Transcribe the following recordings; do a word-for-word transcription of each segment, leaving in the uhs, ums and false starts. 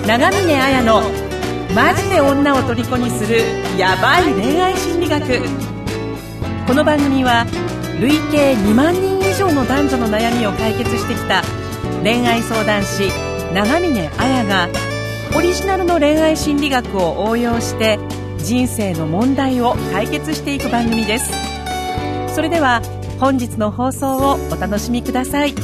長峰彩のマジで女を虜にするヤバい恋愛心理学。この番組は累計にまんにん以上の男女の悩みを解決してきた恋愛相談師長峰彩がオリジナルの恋愛心理学を応用して人生の問題を解決していく番組です。それでは本日の放送をお楽しみください。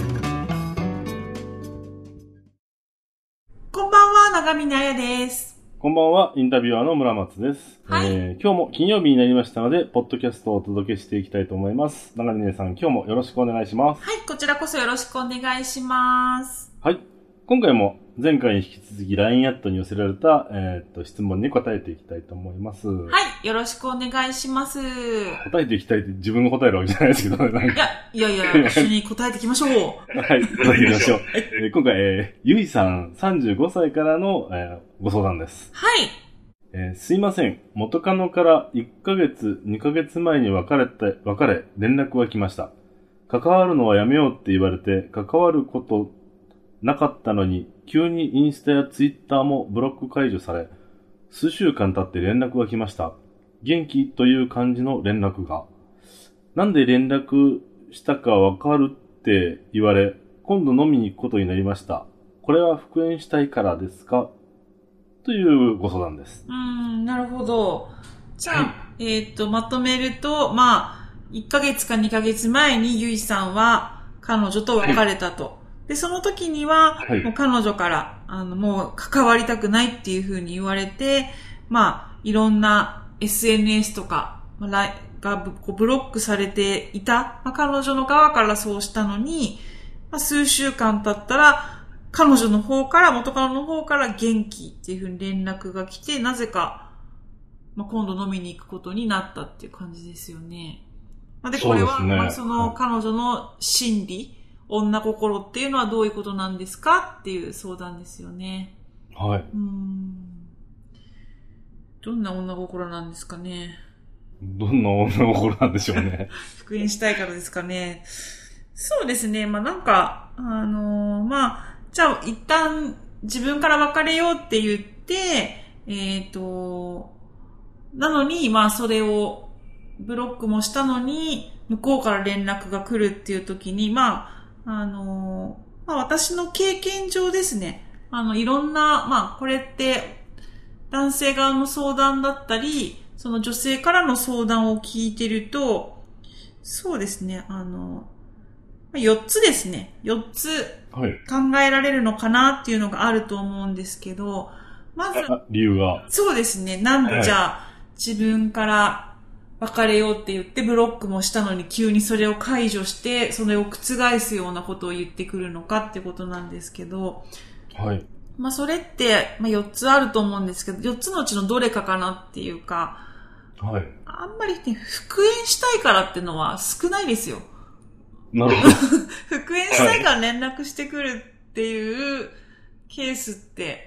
こんばんは、長峰彩です。 こんばんは、インタビュアーの村松です。はい、えー、今日も金曜日になりましたので、ポッドキャストをお届けしていきたいと思います。長峰さん、今日もよろしくお願いします。 はい、こちらこそよろしくお願いします。 はい、今回も前回に引き続き ライン アットに寄せられた、えー、っと質問に答えていきたいと思います。 はい、よろしくお願いします。 答えていきたいって自分が答えるわけじゃないですけどね。なんかいや、いやいや、一緒に答えていきましょう。はい、 答えていきましょう。えー、今回、えー、ゆいさんさんじゅうごさいからの、えー、ご相談です。 はい。 えー、すいません。元カノからいっかげつ、にかげつまえに別れて、別れ、連絡が来ました。関わるのはやめようって言われて、関わることなかったのに、急にインスタやツイッターもブロック解除され、数週間経って連絡が来ました。元気という感じの連絡が。なんで連絡したかわかるって言われ、今度飲みに行くことになりました。これは復縁したいからですか？というご相談です。 うーん、なるほど。じゃあ、はい、えっと、まとめると、まあ、いっかげつかにかげつまえにゆいさんは彼女と別れたと。はい、で、その時には、はい、もう彼女から、あの、もう関わりたくないっていう風に言われて、まあ、いろんな エスエヌエス とか、まあ、がブロックされていた、まあ、彼女の側からそうしたのに、まあ、数週間経ったら、彼女の方から、元カノの方から元気っていう風に連絡が来て、なぜか、まあ、今度飲みに行くことになったっていう感じですよね。まあ、で、これは、そね、まあ、その彼女の心理、はい、女心っていうのはどういうことなんですかっていう相談ですよね。 はい。 うーん。どんな女心なんですかね。 どんな女心なんでしょうね。 復縁したいからですかね。そうですね。まあなんか、あのー、まあ、じゃあ一旦自分から別れようって言って、えっと、なのに、まあそれをブロックもしたのに、向こうから連絡が来るっていう時に、まあ、あの、まあ、私の経験上ですね、あの、いろんな、まあ、これって、男性側の相談だったり、その女性からの相談を聞いてると、そうですね、あの、よっつですね、よっつ考えられるのかなっていうのがあると思うんですけど、まず、 理由が。 そうですね、なんでじゃあ、はい、自分から、別れようって言ってブロックもしたのに急にそれを解除してそれを覆すようなことを言ってくるのかってことなんですけど、 はい。 まあそれって、まあ、よっつあると思うんですけど、よっつのうちのどれかかなっていうか、 はい。 あんまりね、復縁したいからってのは少ないですよ。 なるほど。 復縁したいから連絡してくるっていうケースって、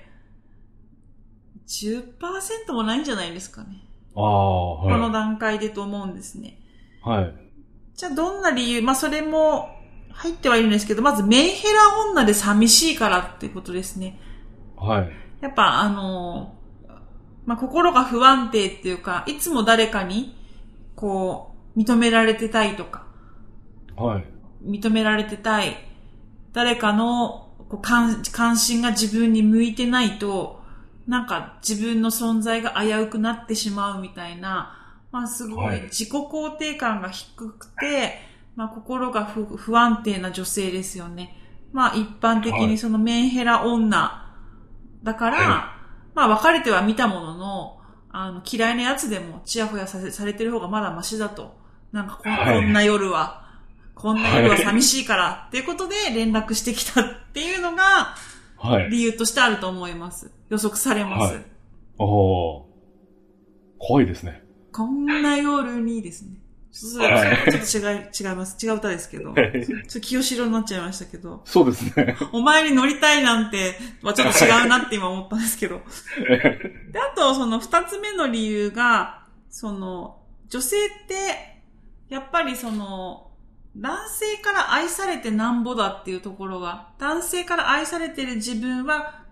じゅっパーセント もないんじゃないですかね。 ああ、はい。 この段階でと思うんですね。 はい。 じゃあどんな理由、まあそれも入ってはいるんですけど、まずメンヘラ女で寂しいからってことですね。 はい。 やっぱあの、まあ心が不安定っていうか、いつも誰かにこう認められてたいとか、 はい。 認められてたい、誰かのこう関関心が自分に向いてないと、なんか自分の存在が危うくなってしまうみたいな、まあすごい自己肯定感が低くて、はい、まあ心が 不, 不安定な女性ですよね。まあ一般的にそのメンヘラ女だから、はい、まあ別れては見たものの、あの嫌いなやつでもチヤホヤさせされてる方がまだマシだと。なんかこん,、はい、こんな夜は、こんな夜は寂しいからっていうことで連絡してきたっていうのが、はい、理由としてあると思います。予測されます。はい、 おー。怖いですね。 こんな夜にですね。ちょっと、はい、ちょっと違い、違います。違う歌ですけど。ちょっと清志郎になっちゃいましたけど。 そうですね。 お前に乗りたいなんて、まあ、ちょっと違うなって今思ったんですけど。で、あと、その二つ目の理由が、その、女性って、やっぱりその、男性から愛されてなんぼだっていうところが、男性から愛されてる自分は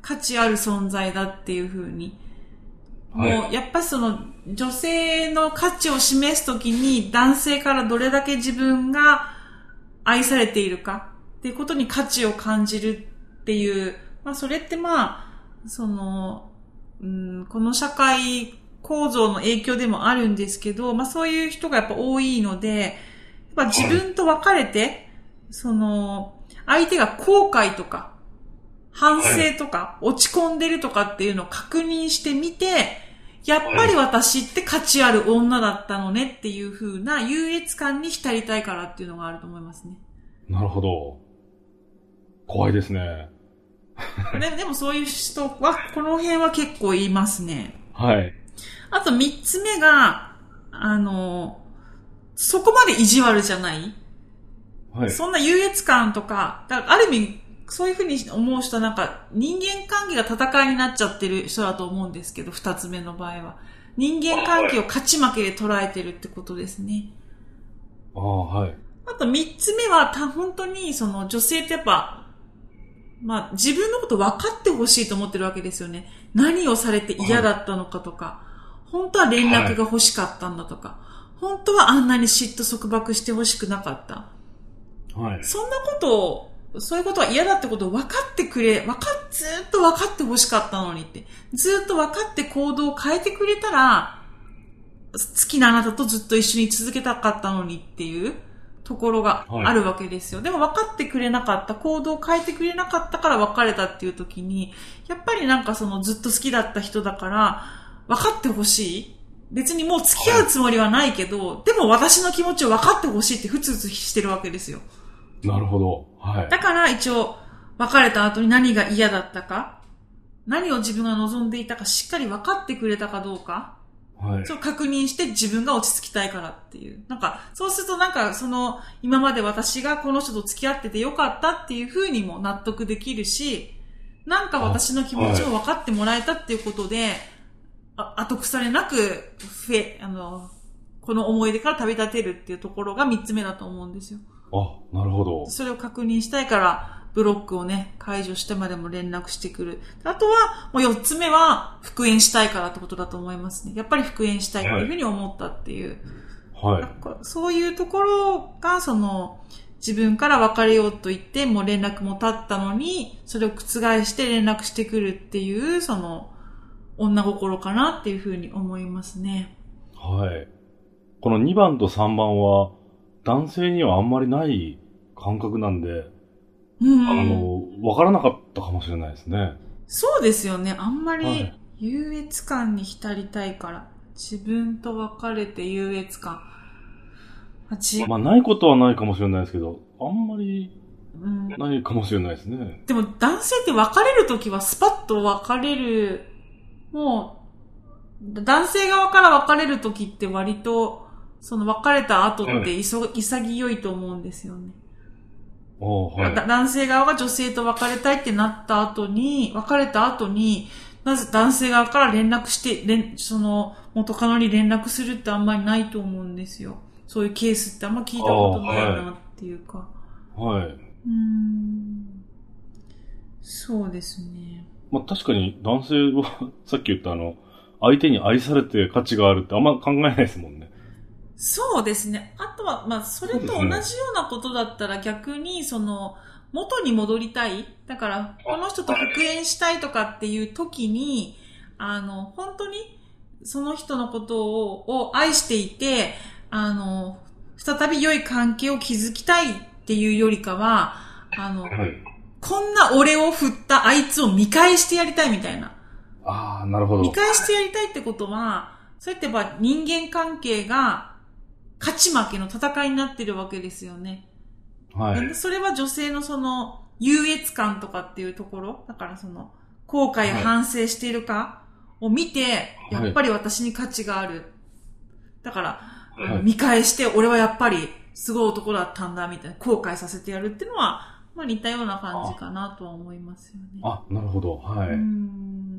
価値ある存在だっていう風に。 はい、 もう、やっぱりその、女性の価値を示すときに、男性からどれだけ自分が愛されているかっていうことに価値を感じるっていう、まあ、それってまあ、その、うん、この社会構造の影響でもあるんですけど、まあ、そういう人がやっぱ多いので、やっぱ自分と別れて、はい、その、相手が後悔とか、反省とか、落ち込んでるとかっていうのを確認してみて、やっぱり私って価値ある女だったのねっていう風な優越感に浸りたいからっていうのがあると思いますね。 なるほど。怖いですね。 で, でもそういう人は、この辺は結構いますね。 はい。 あと三つ目が、あの、そこまで意地悪じゃない。はい。そんな優越感とか、だからある意味、そういうふうに思う人はなんか人間関係が戦いになっちゃってる人だと思うんですけど、二つ目の場合は。人間関係を勝ち負けで捉えてるってことですね。 ああ、はい。 あと三つ目は、た、本当にその女性ってやっぱ、まあ自分のこと分かってほしいと思ってるわけですよね。何をされて嫌だったのかとか、本当は連絡が欲しかったんだとか、本当はあんなに嫉妬束縛してほしくなかった。はい。そんなことを、そういうことは嫌だってことを分かってくれ、分かっ、ずーっと分かって欲しかったのにって。ずーっと分かって行動を変えてくれたら、好きなあなたとずっと一緒に続けたかったのにっていうところがあるわけですよ。はい、でも分かってくれなかった、行動を変えてくれなかったから別れたっていう時に、やっぱりなんかそのずっと好きだった人だから、分かってほしい。別にもう付き合うつもりはないけど、はい、でも私の気持ちを分かってほしいってふつふつしてるわけですよ。 なるほど。はい。 だから一応、別れた後に何が嫌だったか、何を自分が望んでいたかしっかり分かってくれたかどうか、はい。そう確認して自分が落ち着きたいからっていう。なんか、そうするとなんかその、今まで私がこの人と付き合っててよかったっていう風にも納得できるし、なんか私の気持ちを分かってもらえたっていうことで、あ、後腐れなく、ふえ、あの、この思い出から旅立てるっていうところが三つ目だと思うんですよ。 あ、なるほど。 それを確認したいから、ブロックをね、解除してまでも連絡してくる。あとは、もう四つ目は、復縁したいからってことだと思いますね。やっぱり復縁したいっていうふうに思ったっていう。はい。そういうところが、その、自分から別れようと言って、もう連絡も立ったのに、それを覆して連絡してくるっていう、その、女心かなっていうふうに思いますね。 はい。このにばんとさんばんは、男性にはあんまりない感覚なんで、うん、あの、わからなかったかもしれないですね。 そうですよね。あんまり優越感に浸りたいから、はい、自分と別れて優越感。 まあ、まあ、ないことはないかもしれないですけど、あんまりないかもしれないですね。うん、 でも男性って別れるときはスパッと別れる、もう、男性側から別れるときって割と、その別れた後っていそ、はい、潔いと思うんですよね。はい、男性側が女性と別れたいってなった後に、別れた後に、なぜ男性側から連絡して、連その元カノに連絡するってあんまりないと思うんですよ。そういうケースってあんま聞いたことないなっていうか。はい。はい、うーん。そうですね。 まあ確かに男性は、さっき言ったあの、相手に愛されて価値があるってあんま考えないですもんね。 そうですね。あとは、まあ、それと同じようなことだったら逆に、その、元に戻りたい。だから、この人と復縁したいとかっていう時に、あの、本当に、その人のことを、を愛していて、あの、再び良い関係を築きたいっていうよりかは、あの、はい、こんな俺を振ったあいつを見返してやりたいみたいな。 ああ、なるほど。 見返してやりたいってことは、そうやってやっぱ人間関係が、勝ち負けの戦いになってるわけですよね。はい。それは女性のその優越感とかっていうところ、だからその後悔や反省しているかを見て、はい、やっぱり私に価値がある。だから、はい、見返して俺はやっぱりすごい男だったんだみたいな後悔させてやるっていうのは、まあ似たような感じかなとは思いますよね。 あ、なるほど。はい。うん、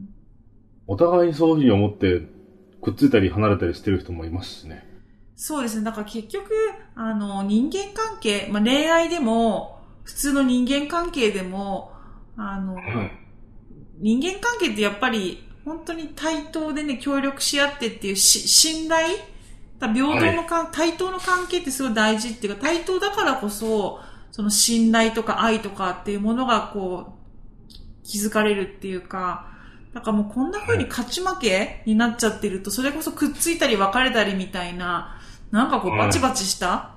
お互いにそういうふうに思ってくっついたり離れたりしてる人もいますしね。 そうですね。だから結局、あの、人間関係、まあ、恋愛でも、普通の人間関係でも、あの、はい、 人間関係ってやっぱり本当に対等でね、協力し合ってっていうし信頼平等のか、はい、対等の関係ってすごい大事っていうか、対等だからこそ、その信頼とか愛とかっていうものがこう、気づかれるっていうか、だからもうこんな風に勝ち負けになっちゃってると、それこそくっついたり別れたりみたいな、なんかこうバチバチした、はい、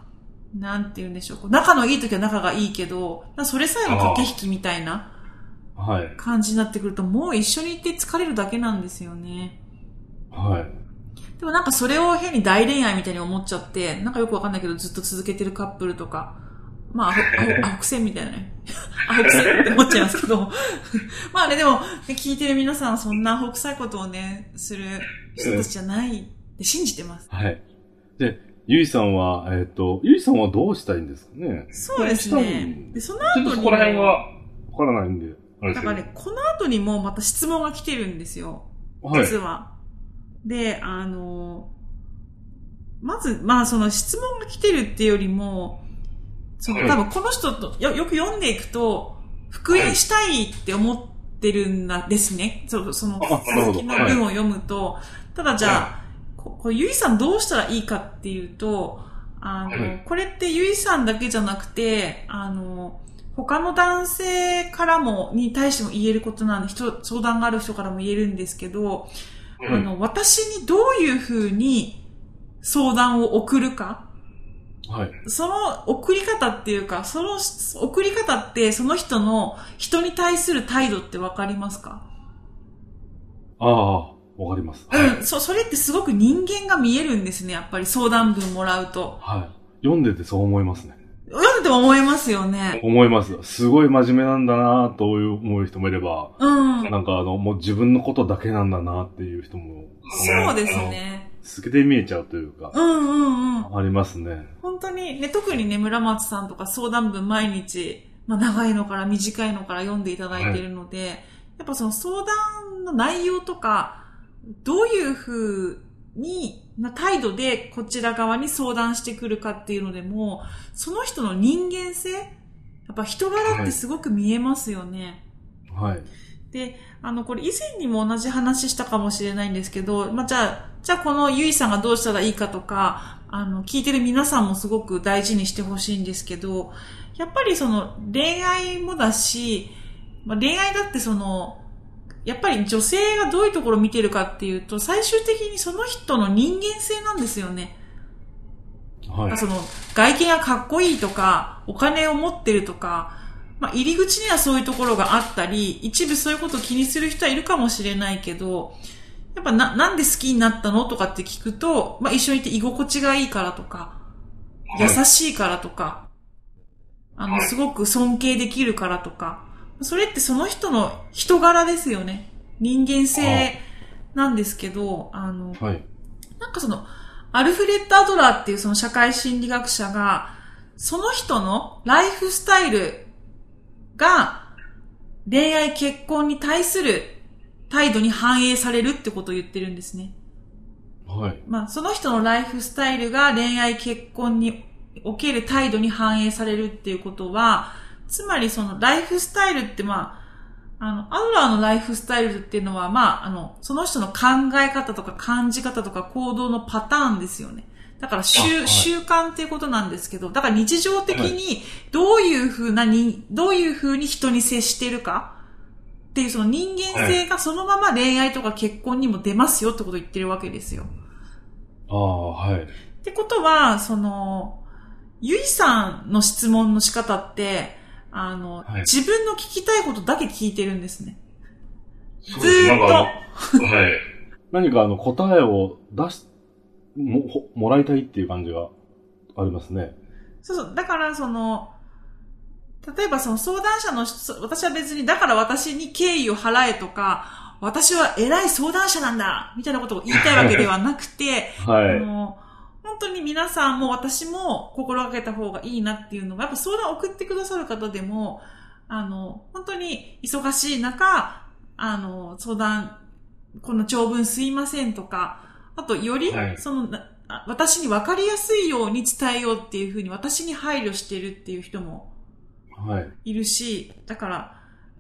なんて言うんでしょう。仲のいい時は仲がいいけど、それさえも駆け引きみたいな感じになってくると、もう一緒にいて疲れるだけなんですよね。 はい。 でもなんかそれを変に大恋愛みたいに思っちゃって、なんかよくわかんないけどずっと続けてるカップルとか、まあ、アホ、アホ、アホくせみたいなね。アホくせって思っちゃいますけど。まあね、でも、ね、聞いてる皆さんそんなアホくさいことをね、する人たちじゃないって信じてます。 はい。で、ゆいさんは、えっと、ゆいさんはどうしたいんですかね？ そうですね。で、その後に。 そこら辺はわからないんで。あれだからね、この後にもまた質問が来てるんですよ。 はい。 実は。で、あの、まず、まあその質問が来てるっていうよりも、その多分この人とよ、よく読んでいくと、復縁したいって思ってるんですね。その、その続きの文を読むと、ただじゃあ、はい、ここゆいさんどうしたらいいかっていうと、あの、はい、これってゆいさんだけじゃなくて、あの、他の男性からも、に対しても言えることなんで、人、相談がある人からも言えるんですけど、あの、私にどういうふうに相談を送るか、 はい。 その送り方っていうか、その送り方ってその人の人に対する態度ってわかりますか？ ああ、わかります。 はい、うん、そ、それってすごく人間が見えるんですね、やっぱり相談文もらうと。 はい。読んでてそう思いますね。 読んでても思いますよね。 思います。すごい真面目なんだなと思う人もいれば、うん。なんかあの、もう自分のことだけなんだなっていう人も。 そうですね。 透けて見えちゃうというか。 うんうんうん。 ありますね。 本当にね、特にね、村松さんとか相談文毎日、まあ長いのから短いのから読んでいただいているので、はい、やっぱその相談の内容とか、どういう風に、な態度でこちら側に相談してくるかっていうのでも、その人の人間性、やっぱ人柄ってすごく見えますよね。 はい。はいで、あの、これ以前にも同じ話したかもしれないんですけど、まあ、じゃあ、じゃあこのゆいさんがどうしたらいいかとか、あの、聞いてる皆さんもすごく大事にしてほしいんですけど、やっぱりその恋愛もだし、まあ、恋愛だってその、やっぱり女性がどういうところを見てるかっていうと、最終的にその人の人間性なんですよね。 はい。 その、外見がかっこいいとか、お金を持ってるとか、まあ、入り口にはそういうところがあったり、一部そういうことを気にする人はいるかもしれないけど、やっぱな、なんで好きになったのとかって聞くと、まあ、一緒にいて居心地がいいからとか、優しいからとか、あの、すごく尊敬できるからとか、それってその人の人柄ですよね。人間性なんですけど、あの、 はい、 なんかその、アルフレッド・アドラーっていうその社会心理学者が、その人のライフスタイルが恋愛結婚に対する態度に反映されるってことを言ってるんですね。 はい。 まあ、その人のライフスタイルが恋愛結婚における態度に反映されるっていうことは、つまりそのライフスタイルってまあ、あの、アドラーのライフスタイルっていうのはまあ、あの、その人の考え方とか感じ方とか行動のパターンですよね。だから習、はい、習慣っていうことなんですけど、だから日常的にどういうふうなに、どういうふうに人に接してるかっていうその人間性がそのまま恋愛とか結婚にも出ますよってことを言ってるわけですよ。 ああ、はい。 ってことは、その、ゆいさんの質問の仕方って、あの、はい、自分の聞きたいことだけ聞いてるんですね。ずーっと。 はい。何かあの答えを出し、も、もらいたいっていう感じがありますね。 そうそう。だからその、例えばその相談者の、私は別に、だから私に敬意を払えとか、私は偉い相談者なんだみたいなことを言いたいわけではなくて、 はい。 あの本当に皆さんも私も心がけた方がいいなっていうのが、やっぱ相談を送ってくださる方でも、あの、本当に忙しい中、あの、相談、この長文すいませんとか、あと、より、その、はい、私に分かりやすいように伝えようっていうふうに私に配慮してるっていう人もいるし、はい、だから、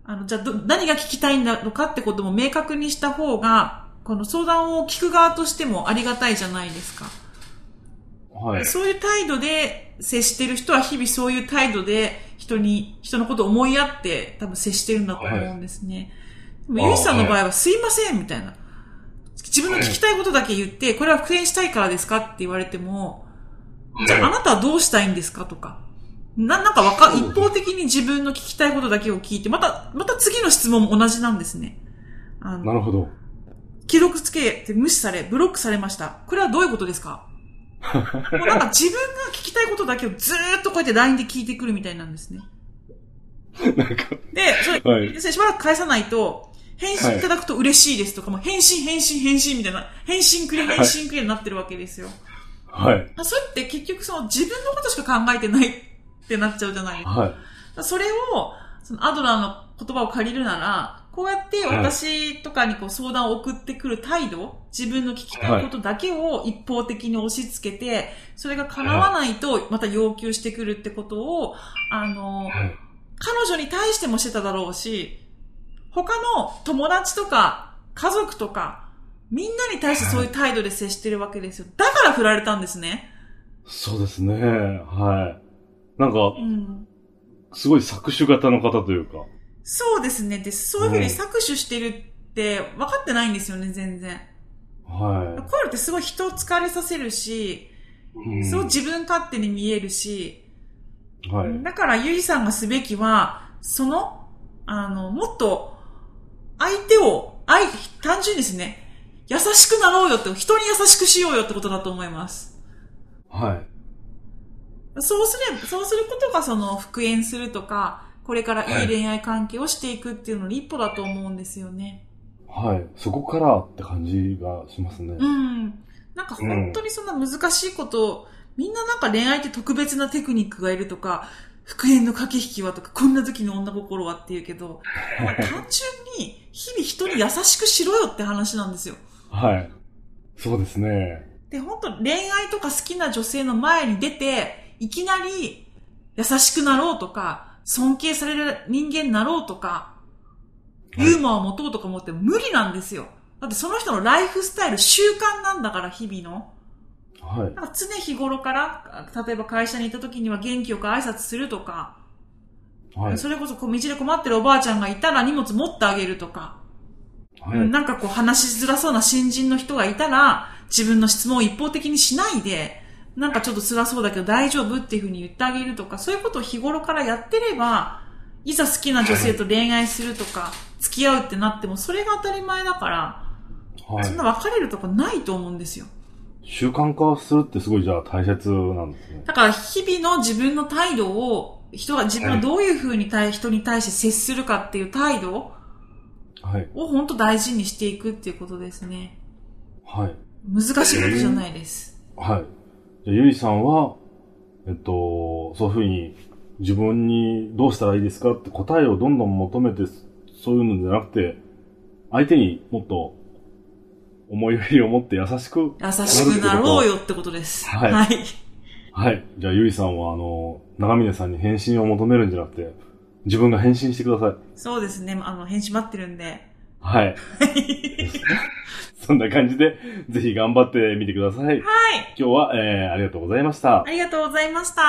あの、じゃあど、何が聞きたいんだろうかってことも明確にした方が、この相談を聞く側としてもありがたいじゃないですか。はい。そういう態度で接してる人は日々そういう態度で人に、人のことを思いやって多分接してるんだと思うんですね。はい、でも、ゆいさんの場合はすいませんみたいな。自分の聞きたいことだけ言って、これは復縁したいからですかって言われても、じゃああなたはどうしたいんですかとか。な、なんかわか、一方的に自分の聞きたいことだけを聞いて、また、また次の質問も同じなんですね。 あのなるほど。 既読つけて無視され、ブロックされました。これはどういうことですかもうなんか自分が聞きたいことだけをずーっとこうやって ライン で聞いてくるみたいなんですね。 なんか。 で、それ、はい、しばらく返さないと、返信いただくと嬉しいですとか、もう返信、返信、返信みたいな、返信くれ、返信くれになってるわけですよ。 はい。 それって結局その自分のことしか考えてないってなっちゃうじゃないですか。はい。それを、そのアドラーの言葉を借りるなら、こうやって私とかにこう相談を送ってくる態度、自分の聞きたいことだけを一方的に押し付けて、それが叶わないとまた要求してくるってことを、あの、彼女に対してもしてただろうし、他の友達とか家族とか、みんなに対してそういう態度で接してるわけですよ。だから振られたんですね。 そうですね。はい。なんか、うん、すごい搾取型の方というか。 そうですね。で、そういうふうに搾取してるって分かってないんですよね、全然。はい。こういうのってすごい人を疲れさせるし、うん、すごい自分勝手に見えるし、はい。だからゆいさんがすべきは、その、あの、もっと、相手を、愛、単純にですね、優しくなろうよって、人に優しくしようよってことだと思います。 はい。 そうすれば、そうすることがその復縁するとか、これからいい恋愛関係をしていくっていうのに一歩だと思うんですよね。 はい。そこからって感じがしますね。 うん。なんか本当にそんな難しいことを、うん、みんななんか恋愛って特別なテクニックがいるとか、復縁の駆け引きはとか、こんな時の女心はって言うけど、まあ、単純に日々人に優しくしろよって話なんですよ。 はい。そうですね。 で、本当恋愛とか好きな女性の前に出て、いきなり優しくなろうとか、尊敬される人間になろうとか、ユーモアを持とうとか思って無理なんですよ。だってその人のライフスタイル、習慣なんだから、日々の。はい。なんか常日頃から、例えば会社に行った時には元気よく挨拶するとか、はい。それこそこう道で困ってるおばあちゃんがいたら荷物持ってあげるとか、はい。なんかこう話しづらそうな新人の人がいたら、自分の質問を一方的にしないで、なんかちょっと辛そうだけど大丈夫っていうふうに言ってあげるとか、そういうことを日頃からやってれば、いざ好きな女性と恋愛するとか、付き合うってなっても、それが当たり前だから、はい、そんな別れるとかないと思うんですよ。 習慣化するってすごいじゃあ大切なんですね。 だから日々の自分の態度を、人が自分がどういうふうに対、人に対して接するかっていう態度を本当大事にしていくっていうことですね。はい。難しいことじゃないです。 えー、はい。じゃあゆいさんは、えっと、そういうふうに自分にどうしたらいいですかって答えをどんどん求めて、そういうのじゃなくて、相手にもっと思いやりを持って優しく優しくなろうよってことです。はい。はい。 はい。じゃあゆいさんはあの、長峰さんに返信を求めるんじゃなくて、自分が返信してください。 そうですね。あの、返信待ってるんで。 はい。そんな感じで、ぜひ頑張ってみてください。はい。今日は、えー、ありがとうございました。 ありがとうございました。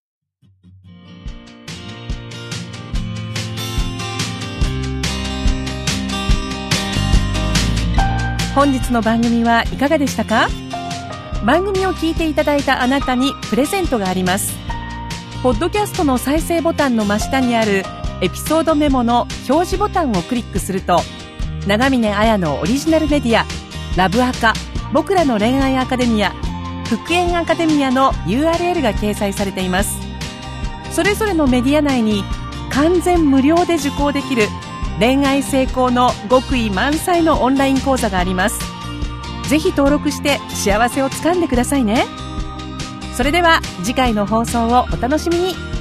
本日の番組はいかがでしたか？番組を聞いていただいたあなたにプレゼントがあります。ポッドキャストの再生ボタンの真下にあるエピソードメモの表示ボタンをクリックすると、長峰彩のオリジナルメディアラブアカ、僕らの恋愛アカデミア、復縁アカデミアの ユーアールエル が掲載されています。それぞれのメディア内に完全無料で受講できる恋愛成功の極意満載のオンライン講座があります。ぜひ登録して幸せをつかんでくださいね。それでは次回の放送をお楽しみに。